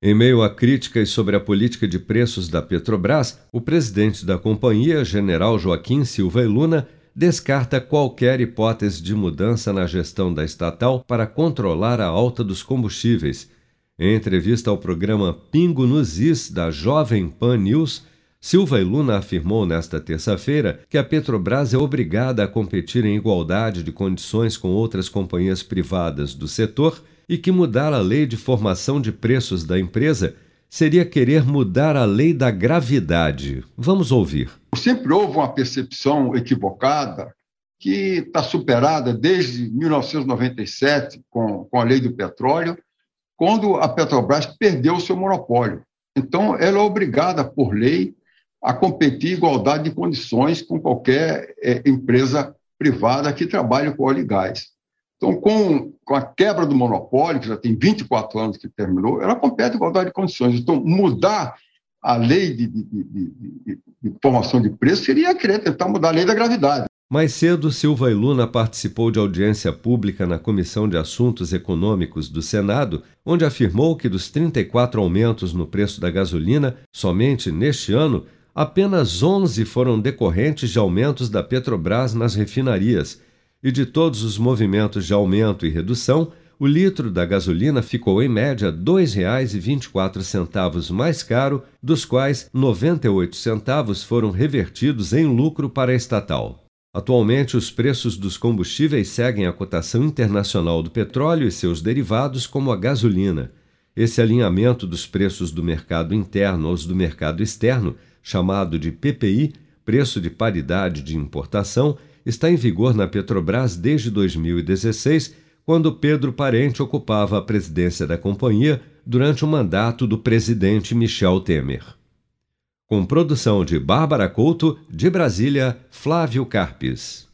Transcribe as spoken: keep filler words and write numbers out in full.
Em meio a críticas sobre a política de preços da Petrobras, o presidente da companhia, general Joaquim Silva e Luna, descarta qualquer hipótese de mudança na gestão da estatal para controlar a alta dos combustíveis. Em entrevista ao programa Pingo nos Is da Jovem Pan News, Silva e Luna afirmou nesta terça-feira que a Petrobras é obrigada a competir em igualdade de condições com outras companhias privadas do setor e que mudar a lei de formação de preços da empresa seria querer mudar a lei da gravidade. Vamos ouvir. Sempre houve uma percepção equivocada que está superada desde mil novecentos e noventa e sete, com, com a lei do petróleo, quando a Petrobras perdeu o seu monopólio. Então, ela é obrigada, por lei, a competir em igualdade de condições com qualquer é, empresa privada que trabalhe com óleo e gás. Então, com, com a quebra do monopólio, que já tem vinte e quatro anos que terminou, ela compete em igualdade de condições. Então, mudar a lei de, de, de, de, de formação de preço seria querer tentar mudar a lei da gravidade. Mais cedo, Silva e Luna participou de audiência pública na Comissão de Assuntos Econômicos do Senado, onde afirmou que dos trinta e quatro aumentos no preço da gasolina, somente neste ano, apenas onze foram decorrentes de aumentos da Petrobras nas refinarias, e de todos os movimentos de aumento e redução, o litro da gasolina ficou em média dois reais e vinte e quatro centavos mais caro, dos quais noventa e oito centavos foram revertidos em lucro para a estatal. Atualmente, os preços dos combustíveis seguem a cotação internacional do petróleo e seus derivados, como a gasolina. Esse alinhamento dos preços do mercado interno aos do mercado externo, chamado de P P I, preço de paridade de importação, está em vigor na Petrobras desde dois mil e dezesseis, quando Pedro Parente ocupava a presidência da companhia durante o mandato do presidente Michel Temer. Com produção de Bárbara Couto, de Brasília, Flávio Carpes.